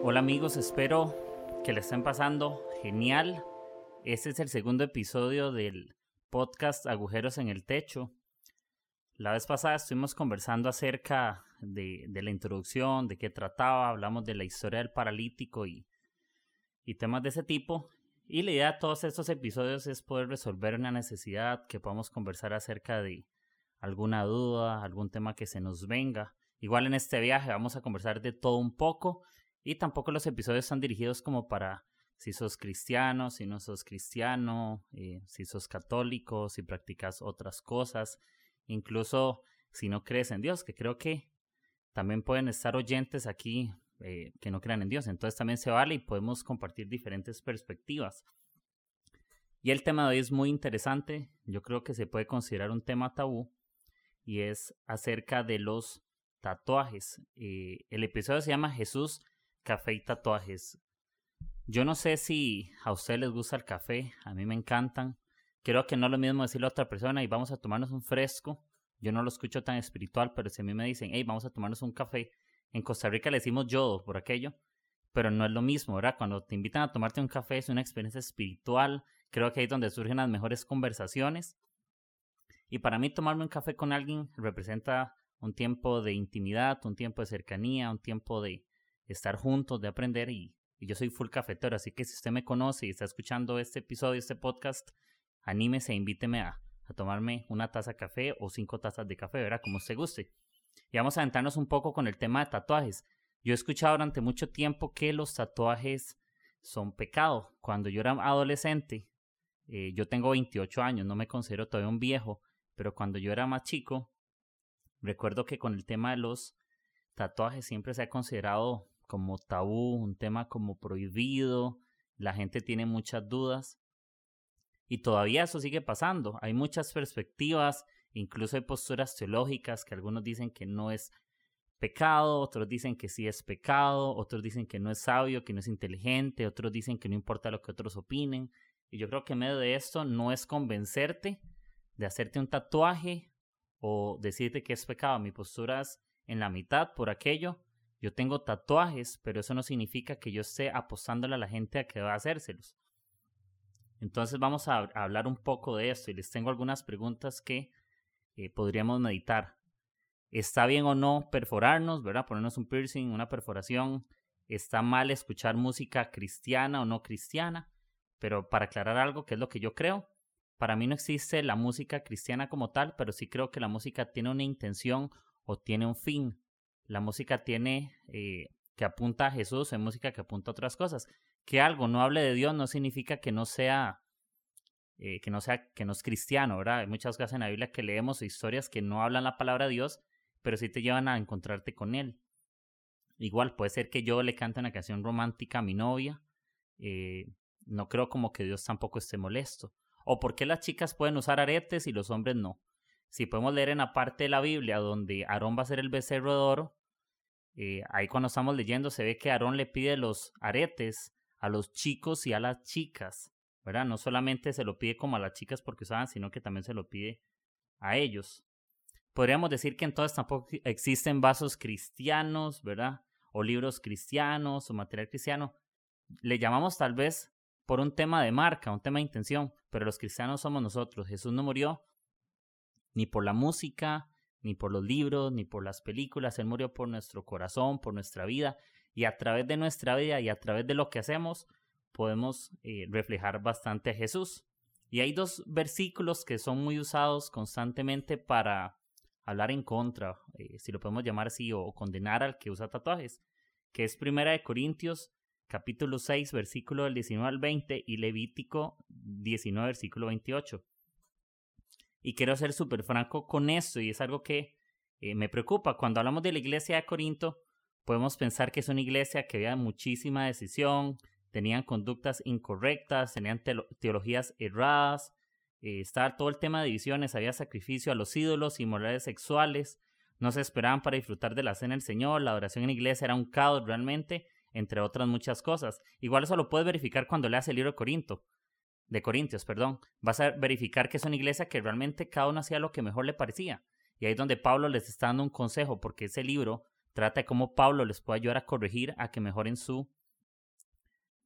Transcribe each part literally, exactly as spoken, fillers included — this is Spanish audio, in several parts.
Hola amigos, espero que le estén pasando genial. Este es el segundo episodio del podcast Agujeros en el Techo. La vez pasada estuvimos conversando acerca de, de la introducción, de qué trataba, hablamos de la historia del paralítico y, y temas de ese tipo. Y la idea de todos estos episodios es poder resolver una necesidad, que podamos conversar acerca de alguna duda, algún tema que se nos venga. Igual en este viaje vamos a conversar de todo un poco y tampoco los episodios están dirigidos como para si sos cristiano, si no sos cristiano, eh, si sos católico, si practicas otras cosas, incluso si no crees en Dios, que creo que también pueden estar oyentes aquí eh, que no crean en Dios. Entonces también se vale y podemos compartir diferentes perspectivas. Y el tema de hoy es muy interesante, yo creo que se puede considerar un tema tabú y es acerca de los tatuajes. Eh, el episodio se llama Jesús, Café y Tatuajes. Yo no sé si a ustedes les gusta el café, a mí me encantan. Creo que no es lo mismo decirle a otra persona y vamos a tomarnos un fresco. Yo no lo escucho tan espiritual, pero si a mí me dicen, hey, vamos a tomarnos un café. En Costa Rica le decimos yodo por aquello, pero no es lo mismo, ¿verdad? Cuando te invitan a tomarte un café es una experiencia espiritual. Creo que ahí es donde surgen las mejores conversaciones. Y para mí tomarme un café con alguien representa un tiempo de intimidad, un tiempo de cercanía, un tiempo de estar juntos, de aprender. Y, y yo soy full cafetero, así que si usted me conoce y está escuchando este episodio, este podcast, anímese e invíteme a, a tomarme una taza de café o cinco tazas de café, ¿verdad? Como usted guste. Y vamos a adentrarnos un poco con el tema de tatuajes. Yo he escuchado durante mucho tiempo que los tatuajes son pecado. Cuando yo era adolescente, eh, yo tengo veintiocho años, no me considero todavía un viejo, pero cuando yo era más chico, recuerdo que con el tema de los tatuajes siempre se ha considerado como tabú, un tema como prohibido, la gente tiene muchas dudas y todavía eso sigue pasando. Hay muchas perspectivas, incluso hay posturas teológicas que algunos dicen que no es pecado, otros dicen que sí es pecado, otros dicen que no es sabio, que no es inteligente, otros dicen que no importa lo que otros opinen. Y yo creo que en medio de esto no es convencerte de hacerte un tatuaje o decirte que es pecado. Mi postura es en la mitad por aquello. Yo tengo tatuajes, pero eso no significa que yo esté apostándole a la gente a que va a hacérselos. Entonces vamos a, a hablar un poco de esto y les tengo algunas preguntas que eh, podríamos meditar. ¿Está bien o no perforarnos, verdad? Ponernos un piercing, una perforación. ¿Está mal escuchar música cristiana o no cristiana? Pero para aclarar algo, que es lo que yo creo, para mí no existe la música cristiana como tal, pero sí creo que la música tiene una intención o tiene un fin. La música tiene eh, que apunta a Jesús, hay música que apunta a otras cosas. Que algo no hable de Dios no significa que no sea, eh, que no sea, que no es cristiano, ¿verdad? Hay muchas cosas en la Biblia que leemos, historias que no hablan la palabra de Dios, pero sí te llevan a encontrarte con Él. Igual puede ser que yo le cante una canción romántica a mi novia, eh, no creo como que Dios tampoco esté molesto. ¿O por qué las chicas pueden usar aretes y los hombres no? Si podemos leer en la parte de la Biblia donde Aarón va a ser el becerro de oro, eh, ahí cuando estamos leyendo se ve que Aarón le pide los aretes a los chicos y a las chicas, ¿verdad? No solamente se lo pide como a las chicas porque usaban, sino que también se lo pide a ellos. Podríamos decir que entonces tampoco existen vasos cristianos, ¿verdad? O libros cristianos o material cristiano. Le llamamos tal vez por un tema de marca, un tema de intención, pero los cristianos somos nosotros. Jesús no murió ni por la música, ni por los libros, ni por las películas. Él murió por nuestro corazón, por nuestra vida, y a través de nuestra vida y a través de lo que hacemos podemos eh, reflejar bastante a Jesús. Y hay dos versículos que son muy usados constantemente para hablar en contra, eh, si lo podemos llamar así, o, o condenar al que usa tatuajes, que es Primera de Corintios capítulo seis, versículo del diecinueve al veinte y Levítico diecinueve, versículo veintiocho. Y quiero ser súper franco con esto y es algo que eh, me preocupa. Cuando hablamos de la iglesia de Corinto, podemos pensar que es una iglesia que había muchísima decisión, tenían conductas incorrectas, tenían te- teologías erradas, eh, estaba todo el tema de divisiones, había sacrificio a los ídolos, inmoralidades sexuales, no se esperaban para disfrutar de la cena del Señor, la adoración en la iglesia era un caos realmente, entre otras muchas cosas. Igual eso lo puedes verificar cuando leas el libro de Corinto, de Corintios, perdón. Vas a verificar que es una iglesia que realmente cada uno hacía lo que mejor le parecía. Y ahí es donde Pablo les está dando un consejo, porque ese libro trata de cómo Pablo les puede ayudar a corregir, a que mejoren su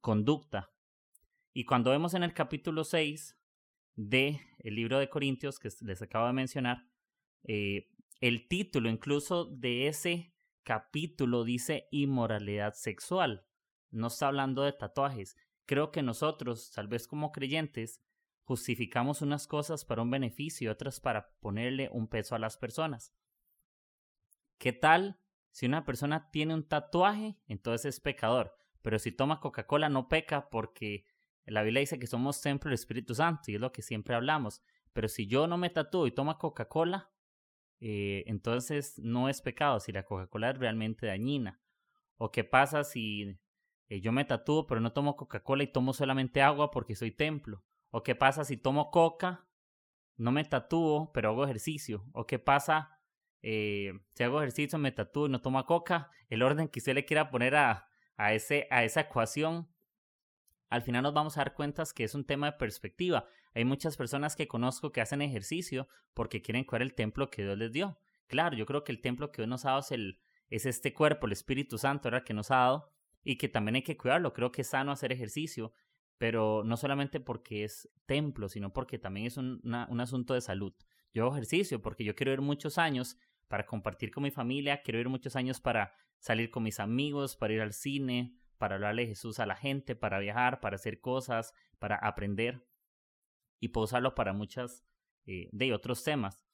conducta. Y cuando vemos en el capítulo seis del libro de Corintios, que les acabo de mencionar, eh, el título incluso de ese capítulo dice inmoralidad sexual. No está hablando de tatuajes. Creo que nosotros, tal vez como creyentes, justificamos unas cosas para un beneficio y otras para ponerle un peso a las personas. ¿Qué tal si una persona tiene un tatuaje? Entonces es pecador. Pero si toma Coca-Cola no peca porque la Biblia dice que somos templo del Espíritu Santo y es lo que siempre hablamos. Pero si yo no me tatúo y tomo Coca-Cola, eh, entonces no es pecado si la Coca-Cola es realmente dañina. ¿O qué pasa si eh, yo me tatúo pero no tomo Coca-Cola y tomo solamente agua porque soy templo? ¿O qué pasa si tomo coca, no me tatúo pero hago ejercicio? ¿O qué pasa eh, si hago ejercicio, me tatúo y no tomo coca? El orden que usted le quiera poner a, a, ese, a esa ecuación, al final nos vamos a dar cuenta que es un tema de perspectiva. Hay muchas personas que conozco que hacen ejercicio porque quieren cuidar el templo que Dios les dio. Claro, yo creo que el templo que Dios nos ha dado es, el, es este cuerpo, el Espíritu Santo, ¿verdad?, que nos ha dado y que también hay que cuidarlo. Creo que es sano hacer ejercicio, pero no solamente porque es templo, sino porque también es un, una, un asunto de salud. Yo hago ejercicio porque yo quiero ir muchos años para compartir con mi familia, quiero ir muchos años para salir con mis amigos, para ir al cine, para hablarle de Jesús a la gente, para viajar, para hacer cosas, para aprender, y puedo usarlo para muchas eh, de otros temas.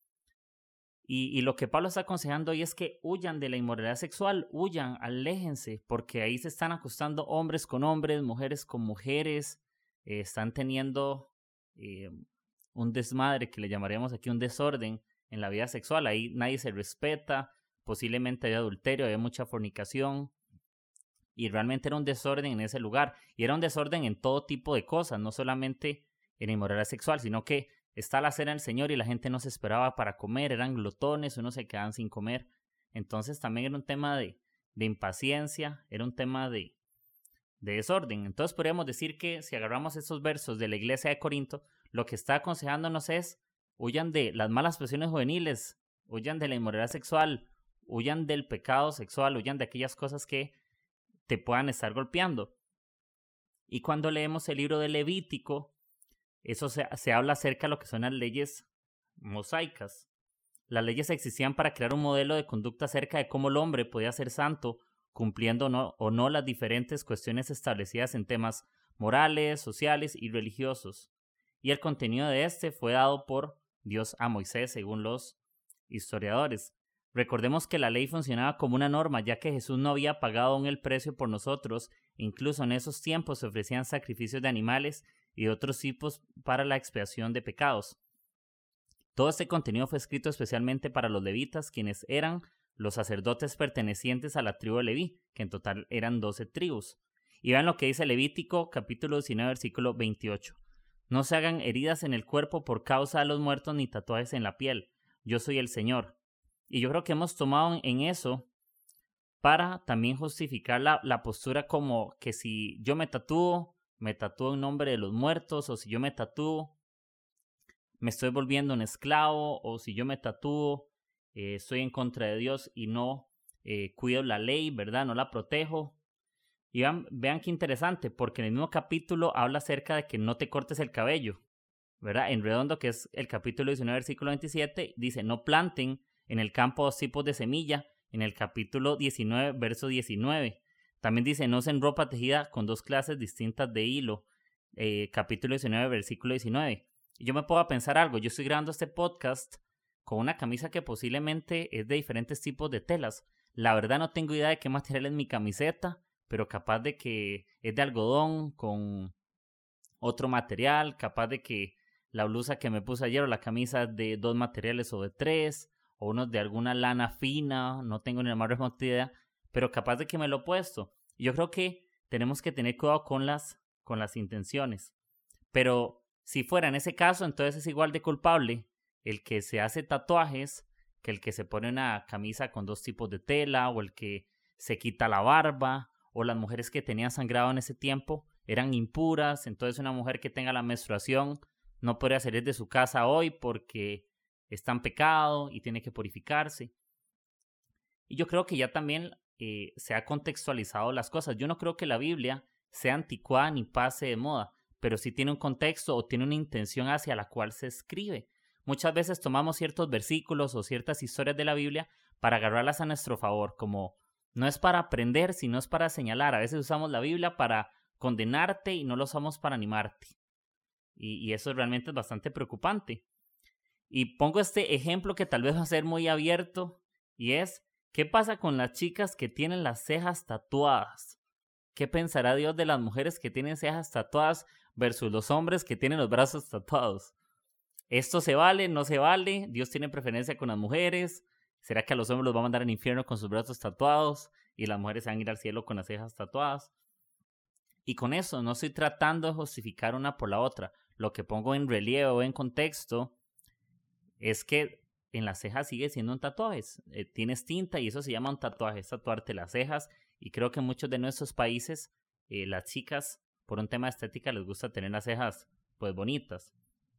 Y, y lo que Pablo está aconsejando hoy es que huyan de la inmoralidad sexual, huyan, aléjense, porque ahí se están acostando hombres con hombres, mujeres con mujeres, eh, están teniendo eh, un desmadre que le llamaríamos aquí un desorden en la vida sexual. Ahí nadie se respeta, posiblemente había adulterio, había mucha fornicación, y realmente era un desorden en ese lugar, y era un desorden en todo tipo de cosas, no solamente en inmoralidad sexual, sino que está la cena del Señor y la gente no se esperaba para comer, eran glotones, unos se quedaban sin comer. Entonces también era un tema de, de impaciencia, era un tema de, de desorden. Entonces podríamos decir que si agarramos esos versos de la iglesia de Corinto, lo que está aconsejándonos es: huyan de las malas pasiones juveniles, huyan de la inmoralidad sexual, huyan del pecado sexual, huyan de aquellas cosas que te puedan estar golpeando. Y cuando leemos el libro de Levítico, eso se, se habla acerca de lo que son las leyes mosaicas. Las leyes existían para crear un modelo de conducta acerca de cómo el hombre podía ser santo, cumpliendo o no, o no las diferentes cuestiones establecidas en temas morales, sociales y religiosos. Y el contenido de este fue dado por Dios a Moisés, según los historiadores. Recordemos que la ley funcionaba como una norma, ya que Jesús no había pagado aún el precio por nosotros. Incluso en esos tiempos se ofrecían sacrificios de animales y de otros tipos para la expiación de pecados. Todo este contenido fue escrito especialmente para los levitas, quienes eran los sacerdotes pertenecientes a la tribu de Leví, que en total eran doce tribus. Y vean lo que dice Levítico, capítulo diecinueve, versículo veintiocho. No se hagan heridas en el cuerpo por causa de los muertos ni tatuajes en la piel. Yo soy el Señor. Y yo creo que hemos tomado en eso para también justificar la, la postura como que si yo me tatúo, me tatúo en nombre de los muertos, o si yo me tatúo, me estoy volviendo un esclavo, o si yo me tatúo, eh, estoy en contra de Dios y no eh, cuido la ley, ¿verdad? No la protejo. Y vean, vean qué interesante, porque en el mismo capítulo habla acerca de que no te cortes el cabello, ¿verdad? En redondo, que es el capítulo diecinueve, versículo veintisiete, dice: no planten en el campo dos tipos de semilla, en el capítulo diecinueve, verso diecinueve. También dice: no usen ropa tejida con dos clases distintas de hilo, eh, capítulo diecinueve, versículo diecinueve. Y yo me puedo pensar algo, yo estoy grabando este podcast con una camisa que posiblemente es de diferentes tipos de telas. La verdad no tengo idea de qué material es mi camiseta, pero capaz de que es de algodón con otro material, capaz de que la blusa que me puse ayer o la camisa es de dos materiales o de tres, o unos de alguna lana fina, no tengo ni la más remota idea, pero capaz de que me lo he puesto. Yo creo que tenemos que tener cuidado con las, con las intenciones. Pero si fuera en ese caso, entonces es igual de culpable el que se hace tatuajes que el que se pone una camisa con dos tipos de tela, o el que se quita la barba, o las mujeres que tenían sangrado en ese tiempo eran impuras. Entonces una mujer que tenga la menstruación no podría salir de su casa hoy porque está en pecado y tiene que purificarse. Y yo creo que ya también eh, se ha contextualizado las cosas. Yo no creo que la Biblia sea anticuada ni pase de moda, pero sí tiene un contexto o tiene una intención hacia la cual se escribe. Muchas veces tomamos ciertos versículos o ciertas historias de la Biblia para agarrarlas a nuestro favor, como no es para aprender, sino es para señalar. A veces usamos la Biblia para condenarte y no lo usamos para animarte. Y, y eso realmente es bastante preocupante. Y pongo este ejemplo que tal vez va a ser muy abierto, y es, ¿qué pasa con las chicas que tienen las cejas tatuadas? ¿Qué pensará Dios de las mujeres que tienen cejas tatuadas versus los hombres que tienen los brazos tatuados? ¿Esto se vale? ¿No se vale? ¿Dios tiene preferencia con las mujeres? ¿Será que a los hombres los va a mandar al infierno con sus brazos tatuados y las mujeres van a ir al cielo con las cejas tatuadas? Y con eso no estoy tratando de justificar una por la otra. Lo que pongo en relieve o en contexto es que en las cejas sigue siendo un tatuaje. Eh, tienes tinta y eso se llama un tatuaje, es tatuarte las cejas. Y creo que en muchos de nuestros países, eh, las chicas, por un tema de estética, les gusta tener las cejas pues bonitas.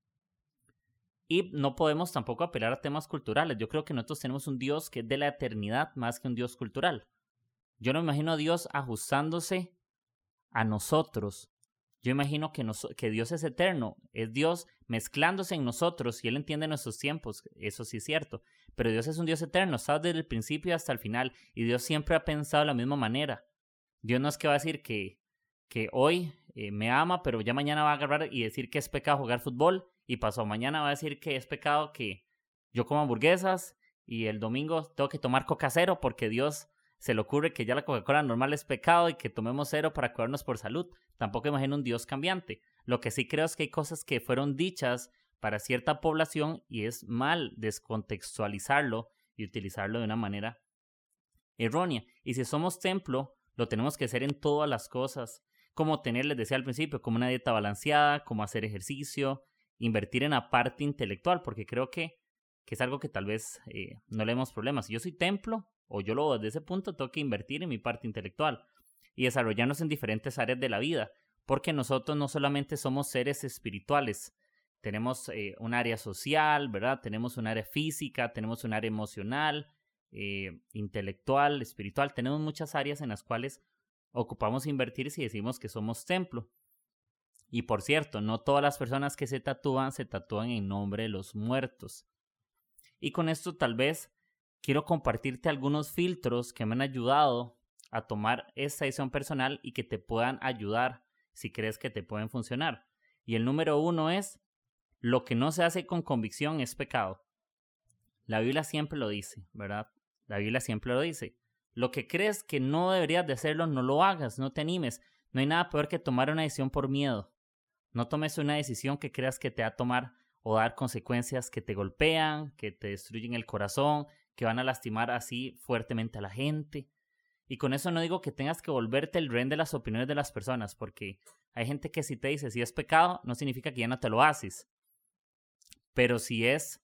Y no podemos tampoco apelar a temas culturales. Yo creo que nosotros tenemos un Dios que es de la eternidad más que un Dios cultural. Yo no imagino a Dios ajustándose a nosotros. Yo imagino que, nos, que Dios es eterno, es Dios mezclándose en nosotros y Él entiende nuestros tiempos, eso sí es cierto. Pero Dios es un Dios eterno, está desde el principio hasta el final y Dios siempre ha pensado de la misma manera. Dios no es que va a decir que, que hoy eh, me ama, pero ya mañana va a agarrar y decir que es pecado jugar fútbol y pasado mañana va a decir que es pecado que yo como hamburguesas y el domingo tengo que tomar coca cero porque Dios se le ocurre que ya la Coca-Cola normal es pecado y que tomemos cero para cuidarnos por salud. Tampoco imagino un Dios cambiante. Lo que sí creo es que hay cosas que fueron dichas para cierta población y es mal descontextualizarlo y utilizarlo de una manera errónea. Y si somos templo, lo tenemos que hacer en todas las cosas. Como tener, les decía al principio, como una dieta balanceada, como hacer ejercicio, invertir en la parte intelectual, porque creo que, que es algo que tal vez eh, no le demos problemas. Si yo soy templo, o yo lo veo desde ese punto, tengo que invertir en mi parte intelectual y desarrollarnos en diferentes áreas de la vida, porque nosotros no solamente somos seres espirituales, tenemos eh, un área social, ¿verdad? Tenemos un área física, tenemos un área emocional, eh, intelectual, espiritual, tenemos muchas áreas en las cuales ocupamos invertir si decimos que somos templo. Y por cierto, no todas las personas que se tatúan, se tatúan en nombre de los muertos. Y con esto tal vez quiero compartirte algunos filtros que me han ayudado a tomar esta decisión personal y que te puedan ayudar si crees que te pueden funcionar. Y el número uno es, lo que no se hace con convicción es pecado. La Biblia siempre lo dice, ¿verdad? La Biblia siempre lo dice. Lo que crees que no deberías de hacerlo, no lo hagas, no te animes. No hay nada peor que tomar una decisión por miedo. No tomes una decisión que creas que te va a tomar o dar consecuencias que te golpean, que te destruyen el corazón, que van a lastimar así fuertemente a la gente. Y con eso no digo que tengas que volverte el rehén de las opiniones de las personas, porque hay gente que si te dice si es pecado, no significa que ya no te lo haces. Pero si es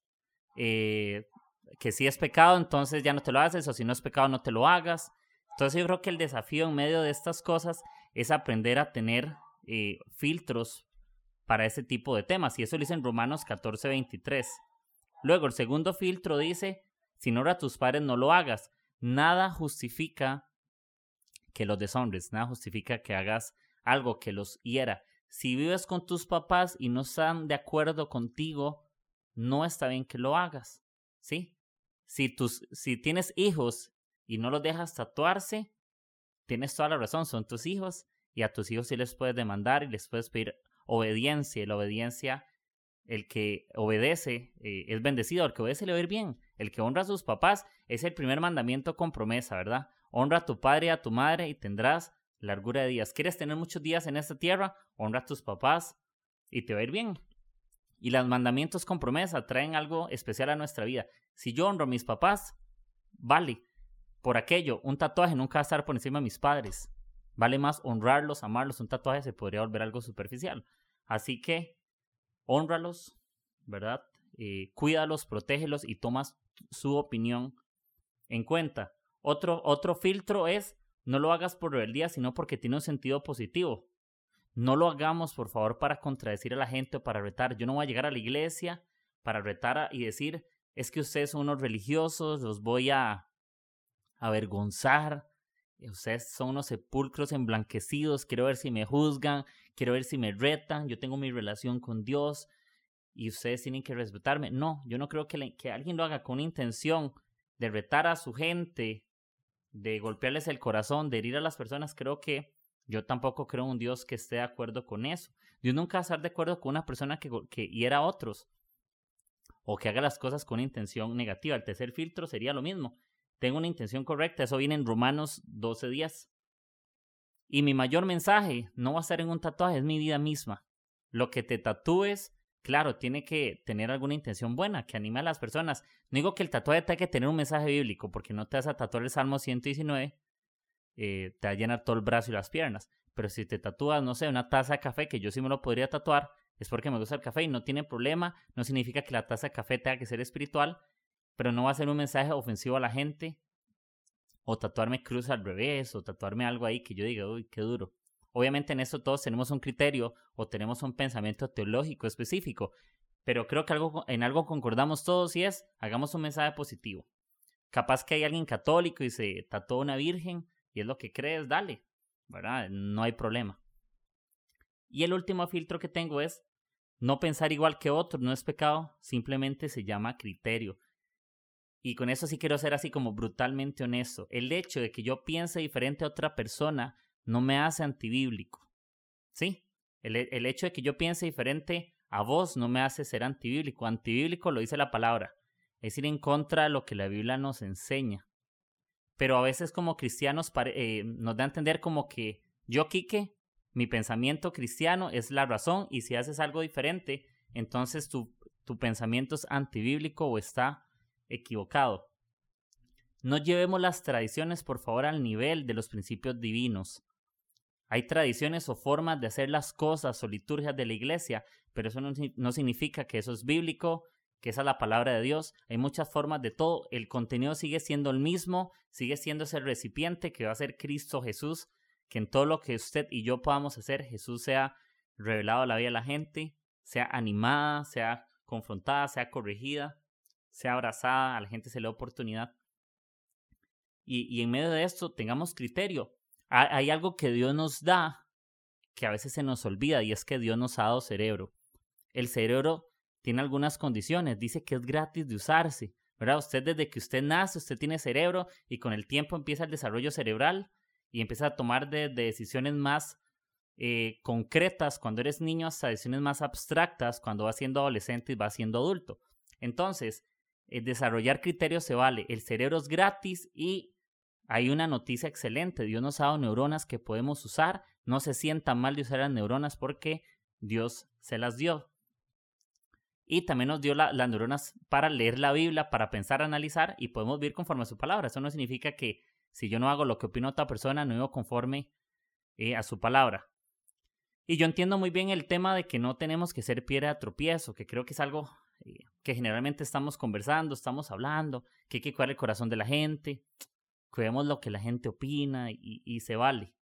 eh, que si es pecado, entonces ya no te lo haces, o si no es pecado, no te lo hagas. Entonces yo creo que el desafío en medio de estas cosas es aprender a tener eh, filtros para ese tipo de temas. Y eso lo dice en Romanos catorce veintitrés. Luego, el segundo filtro dice, si no a tus padres, no lo hagas. Nada justifica que los deshonres, nada justifica que hagas algo que los hiera. Si vives con tus papás y no están de acuerdo contigo, no está bien que lo hagas, ¿sí? Si, tus, si tienes hijos y no los dejas tatuarse, tienes toda la razón, son tus hijos y a tus hijos sí les puedes demandar y les puedes pedir obediencia. Y la obediencia, el que obedece eh, es bendecido, el que obedece le va a ir bien. El que honra a sus papás es el primer mandamiento con promesa, ¿verdad? Honra a tu padre y a tu madre y tendrás largura de días. ¿Quieres tener muchos días en esta tierra? Honra a tus papás y te va a ir bien. Y los mandamientos con promesa traen algo especial a nuestra vida. Si yo honro a mis papás, vale. Por aquello, un tatuaje nunca va a estar por encima de mis padres. Vale más honrarlos, amarlos. Un tatuaje se podría volver algo superficial. Así que, hónralos, ¿verdad? Eh, cuídalos, protégelos y tomas su opinión en cuenta. Otro, otro filtro es, no lo hagas por rebeldía, sino porque tiene un sentido positivo. No lo hagamos, por favor, para contradecir a la gente o para retar. Yo no voy a llegar a la iglesia para retar a, y decir, es que ustedes son unos religiosos, los voy a avergonzar, ustedes son unos sepulcros emblanquecidos, quiero ver si me juzgan, quiero ver si me retan, yo tengo mi relación con Dios y ustedes tienen que respetarme. No, yo no creo que, le, que alguien lo haga con intención de retar a su gente, de golpearles el corazón, de herir a las personas. Creo que yo tampoco creo en un Dios que esté de acuerdo con eso. Dios nunca va a estar de acuerdo con una persona que, que hiera a otros o que haga las cosas con intención negativa. El tercer filtro sería lo mismo. Tengo una intención correcta, eso viene en Romanos doce diez. Y mi mayor mensaje no va a estar en un tatuaje, es mi vida misma. Lo que te tatúes, claro, tiene que tener alguna intención buena, que anime a las personas. No digo que el tatuaje tenga que tener un mensaje bíblico, porque no te vas a tatuar el Salmo ciento diecinueve, eh, te va a llenar todo el brazo y las piernas. Pero si te tatúas, no sé, una taza de café, que yo sí me lo podría tatuar, es porque me gusta el café y no tiene problema. No significa que la taza de café tenga que ser espiritual, pero no va a ser un mensaje ofensivo a la gente. O tatuarme cruz al revés, o tatuarme algo ahí que yo diga, uy, qué duro. Obviamente en esto todos tenemos un criterio o tenemos un pensamiento teológico específico, pero creo que algo, en algo concordamos todos y es, hagamos un mensaje positivo. Capaz que hay alguien católico y se tatuó una virgen y es lo que crees, dale, ¿verdad? No hay problema. Y el último filtro que tengo es, no pensar igual que otros no es pecado, simplemente se llama criterio. Y con eso sí quiero ser así como brutalmente honesto. El hecho de que yo piense diferente a otra persona no me hace antibíblico. ¿Sí? El, el hecho de que yo piense diferente a vos no me hace ser antibíblico. Antibíblico lo dice la palabra. Es ir en contra de lo que la Biblia nos enseña. Pero a veces como cristianos eh, nos da a entender como que yo, Quique, mi pensamiento cristiano es la razón y si haces algo diferente, entonces tu, tu pensamiento es antibíblico o está equivocado. No llevemos las tradiciones, por favor, al nivel de los principios divinos. Hay tradiciones o formas de hacer las cosas o liturgias de la iglesia, pero eso no, no significa que eso es bíblico, que esa es la palabra de Dios. Hay muchas formas de todo. El contenido sigue siendo el mismo, sigue siendo ese recipiente que va a ser Cristo Jesús, que en todo lo que usted y yo podamos hacer, Jesús sea revelado a la vida de la gente, sea animada, sea confrontada, sea corregida, sea abrazada, a la gente se le da oportunidad. Y, y en medio de esto tengamos criterio. Hay, hay algo que Dios nos da que a veces se nos olvida y es que Dios nos ha dado cerebro. El cerebro tiene algunas condiciones, dice que es gratis de usarse, ¿verdad? Usted desde que usted nace, usted tiene cerebro y con el tiempo empieza el desarrollo cerebral y empieza a tomar de, de decisiones más eh, concretas cuando eres niño hasta decisiones más abstractas cuando vas siendo adolescente y vas siendo adulto. Entonces, eh, desarrollar criterios se vale. El cerebro es gratis y hay una noticia excelente. Dios nos ha dado neuronas que podemos usar. No se sientan mal de usar las neuronas porque Dios se las dio. Y también nos dio la, las neuronas para leer la Biblia, para pensar, analizar y podemos vivir conforme a su palabra. Eso no significa que si yo no hago lo que opina otra persona, no vivo conforme eh, a su palabra. Y yo entiendo muy bien el tema de que no tenemos que ser piedra de tropiezo, que creo que es algo eh, que generalmente estamos conversando, estamos hablando, que hay que cuidar el corazón de la gente, cuidemos lo que la gente opina y, y se vale.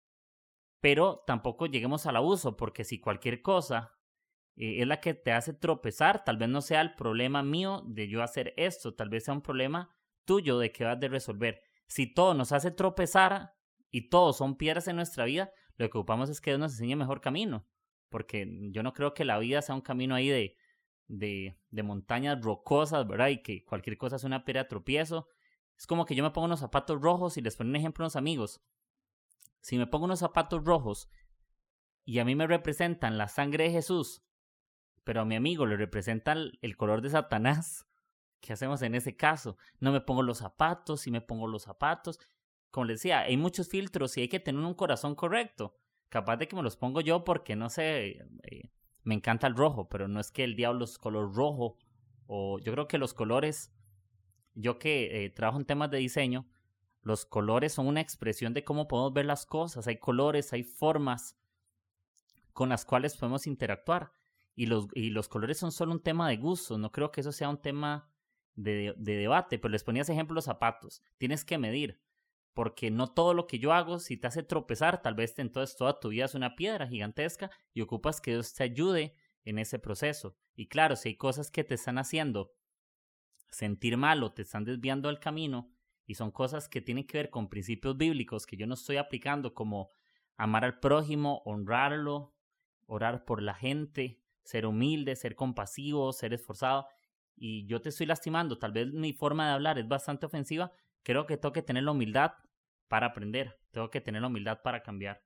Pero tampoco lleguemos al abuso, porque si cualquier cosa eh, es la que te hace tropezar, tal vez no sea el problema mío de yo hacer esto, tal vez sea un problema tuyo de que vas de resolver. Si todo nos hace tropezar y todos son piedras en nuestra vida, lo que ocupamos es que Dios nos enseñe mejor camino, porque yo no creo que la vida sea un camino ahí de, de, de montañas rocosas, ¿verdad? Y que cualquier cosa es una piedra de tropiezo. Es como que yo me pongo unos zapatos rojos y les pongo un ejemplo a unos amigos. Si me pongo unos zapatos rojos y a mí me representan la sangre de Jesús, pero a mi amigo le representa el color de Satanás, ¿qué hacemos en ese caso? No me pongo los zapatos, y me pongo los zapatos. Como les decía, hay muchos filtros y hay que tener un corazón correcto. Capaz de que me los pongo yo porque, no sé, eh, me encanta el rojo, pero no es que el diablo es color rojo. O yo creo que los colores, yo que eh, trabajo en temas de diseño, los colores son una expresión de cómo podemos ver las cosas. Hay colores, hay formas con las cuales podemos interactuar. Y los, y los colores son solo un tema de gusto. No creo que eso sea un tema de, de debate. Pero les ponía ese ejemplo los zapatos. Tienes que medir. Porque no todo lo que yo hago, si te hace tropezar, tal vez entonces toda tu vida es una piedra gigantesca y ocupas que Dios te ayude en ese proceso. Y claro, si hay cosas que te están haciendo sentir mal o te están desviando del camino y son cosas que tienen que ver con principios bíblicos que yo no estoy aplicando, como amar al prójimo, honrarlo, orar por la gente, ser humilde, ser compasivo, ser esforzado, y yo te estoy lastimando, tal vez mi forma de hablar es bastante ofensiva, creo que tengo que tener la humildad para aprender, tengo que tener la humildad para cambiar.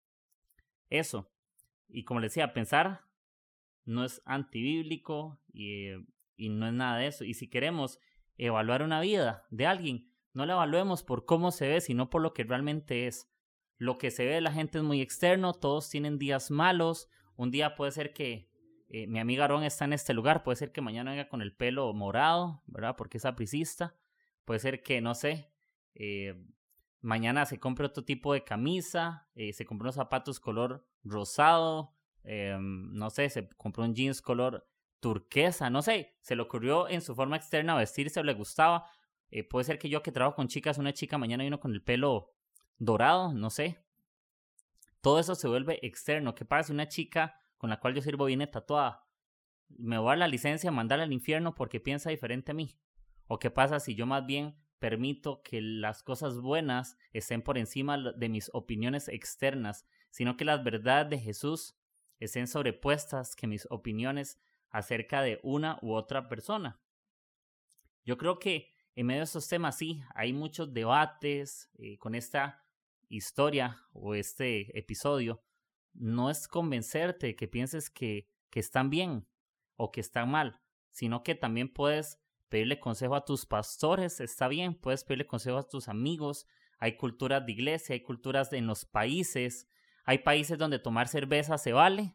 Eso, y como les decía, pensar no es antibíblico y, y no es nada de eso, y si queremos evaluar una vida de alguien, no la evaluemos por cómo se ve, sino por lo que realmente es. Lo que se ve de la gente es muy externo, todos tienen días malos, un día puede ser que eh, mi amiga Aaron está en este lugar, puede ser que mañana venga con el pelo morado, ¿verdad? Porque es apricista, puede ser que, no sé, eh, mañana se compre otro tipo de camisa, eh, se compró unos zapatos color rosado, eh, no sé, se compró un jeans color turquesa, no sé, se le ocurrió en su forma externa vestirse o le gustaba. Eh, puede ser que yo que trabajo con chicas, una chica mañana vino con el pelo dorado, no sé. Todo eso se vuelve externo. ¿Qué pasa si una chica con la cual yo sirvo viene tatuada? ¿Me voy a dar la licencia, mandarla al infierno porque piensa diferente a mí? ¿O qué pasa si yo más bien permito que las cosas buenas estén por encima de mis opiniones externas, sino que las verdades de Jesús estén sobrepuestas que mis opiniones acerca de una u otra persona? Yo creo que en medio de estos temas sí, hay muchos debates eh, con esta historia o este episodio. No es convencerte que pienses que, que están bien o que están mal, sino que también puedes pedirle consejo a tus pastores, está bien, puedes pedirle consejo a tus amigos. Hay culturas de iglesia, hay culturas en los países, hay países donde tomar cerveza se vale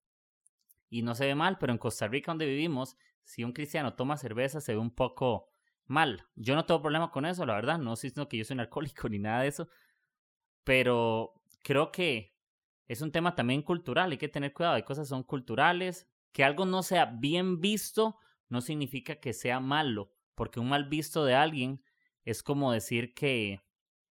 y no se ve mal, pero en Costa Rica donde vivimos, si un cristiano toma cerveza se ve un poco mal. Yo no tengo problema con eso, la verdad, no estoy diciendo que yo soy un alcohólico ni nada de eso, pero creo que es un tema también cultural, hay que tener cuidado, hay cosas que son culturales, que algo no sea bien visto no significa que sea malo, porque un mal visto de alguien es como decir que,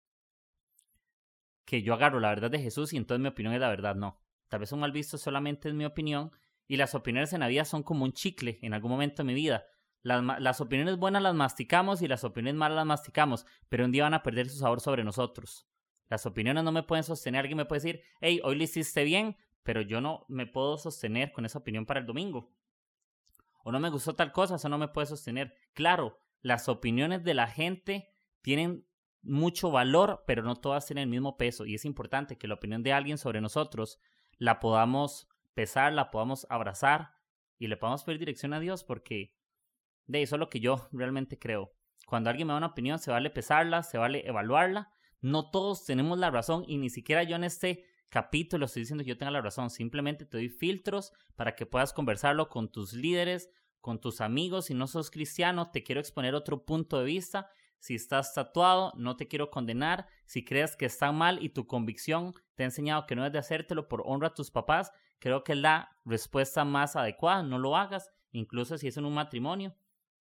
que yo agarro la verdad de Jesús y entonces mi opinión es la verdad, no. Tal vez un mal visto solamente es mi opinión y las opiniones en la vida son como un chicle en algún momento de mi vida. Las, las opiniones buenas las masticamos y las opiniones malas las masticamos, pero un día van a perder su sabor sobre nosotros. Las opiniones no me pueden sostener. Alguien me puede decir, hey, hoy lo hiciste bien, pero yo no me puedo sostener con esa opinión para el domingo. O no me gustó tal cosa, eso no me puede sostener. Claro, las opiniones de la gente tienen mucho valor, pero no todas tienen el mismo peso. Y es importante que la opinión de alguien sobre nosotros la podamos pesar, la podamos abrazar y le podamos pedir dirección a Dios, porque de eso es lo que yo realmente creo. Cuando alguien me da una opinión, se vale pesarla, se vale evaluarla. No todos tenemos la razón y ni siquiera yo en este capítulo estoy diciendo que yo tenga la razón. Simplemente te doy filtros para que puedas conversarlo con tus líderes, con tus amigos. Si no sos cristiano, te quiero exponer otro punto de vista. Si estás tatuado, no te quiero condenar. Si crees que está mal y tu convicción te ha enseñado que no es de hacértelo por honra a tus papás, creo que es la respuesta más adecuada. No lo hagas, incluso si es en un matrimonio.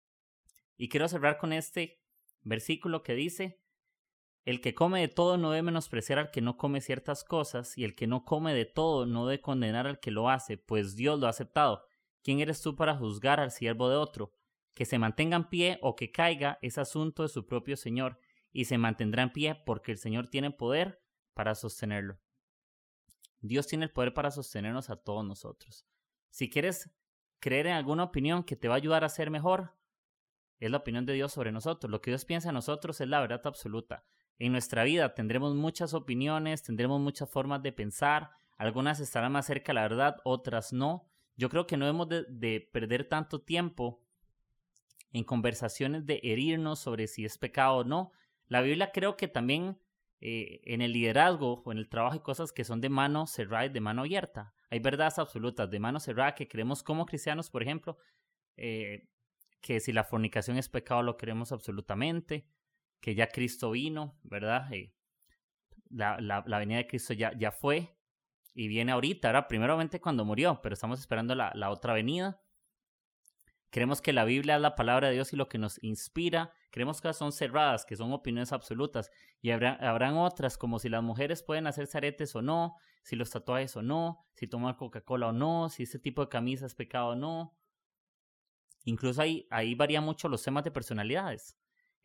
Y quiero cerrar con este versículo que dice: el que come de todo no debe menospreciar al que no come ciertas cosas, y el que no come de todo no debe condenar al que lo hace, pues Dios lo ha aceptado. ¿Quién eres tú para juzgar al siervo de otro? Que se mantenga en pie o que caiga es asunto de su propio Señor, y se mantendrá en pie porque el Señor tiene poder para sostenerlo. Dios tiene el poder para sostenernos a todos nosotros. Si quieres creer en alguna opinión que te va a ayudar a ser mejor, es la opinión de Dios sobre nosotros. Lo que Dios piensa de nosotros es la verdad absoluta. En nuestra vida tendremos muchas opiniones, tendremos muchas formas de pensar, algunas estarán más cerca de la verdad, otras no. Yo creo que no debemos de, de perder tanto tiempo en conversaciones de herirnos sobre si es pecado o no. La Biblia creo que también eh, en el liderazgo o en el trabajo hay cosas que son de mano cerrada y de mano abierta. Hay verdades absolutas de mano cerrada que creemos como cristianos, por ejemplo, eh, que si la fornicación es pecado lo creemos absolutamente, que ya Cristo vino, ¿verdad? Eh, la, la, la venida de Cristo ya, ya fue y viene ahorita, ¿verdad? Primeramente cuando murió, pero estamos esperando la, la otra venida. Creemos que la Biblia es la palabra de Dios y lo que nos inspira. Creemos que son cerradas, que son opiniones absolutas. Y habrá, habrán otras, como si las mujeres pueden hacerse aretes o no, si los tatuajes o no, si tomar Coca-Cola o no, si ese tipo de camisa es pecado o no. Incluso ahí, ahí varía mucho los temas de personalidades.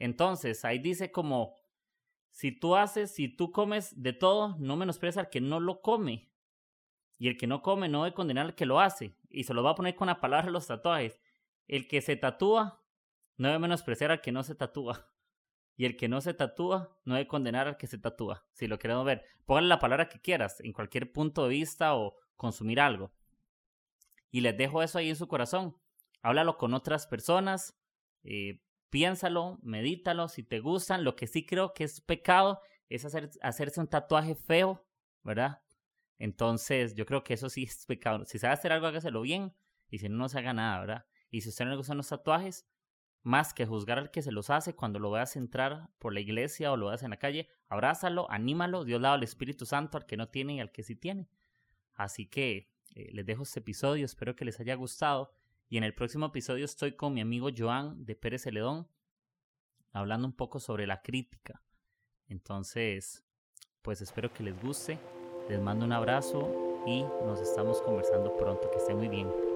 Entonces, ahí dice como, si tú haces, si tú comes de todo, no menosprecia al que no lo come. Y el que no come no debe condenar al que lo hace. Y se lo va a poner con la palabra de los tatuajes. El que se tatúa no debe menospreciar al que no se tatúa. Y el que no se tatúa no debe condenar al que se tatúa. Si lo queremos ver, póngale la palabra que quieras, en cualquier punto de vista o consumir algo. Y les dejo eso ahí en su corazón. Háblalo con otras personas. Eh, piénsalo, medítalo. Si te gustan, lo que sí creo que es pecado es hacer, hacerse un tatuaje feo, ¿verdad? Entonces, yo creo que eso sí es pecado. Si sabe hacer algo, hágaselo bien. Y si no, no se haga nada, ¿verdad? Y si a usted no le gustan los tatuajes, más que juzgar al que se los hace, cuando lo veas entrar por la iglesia o lo veas en la calle, abrázalo, anímalo. Dios le da el Espíritu Santo al que no tiene y al que sí tiene. Así que eh, les dejo este episodio. Espero que les haya gustado. Y en el próximo episodio estoy con mi amigo Joan de Pérez Celedón, hablando un poco sobre la crítica. Entonces, pues espero que les guste. Les mando un abrazo y nos estamos conversando pronto. Que estén muy bien.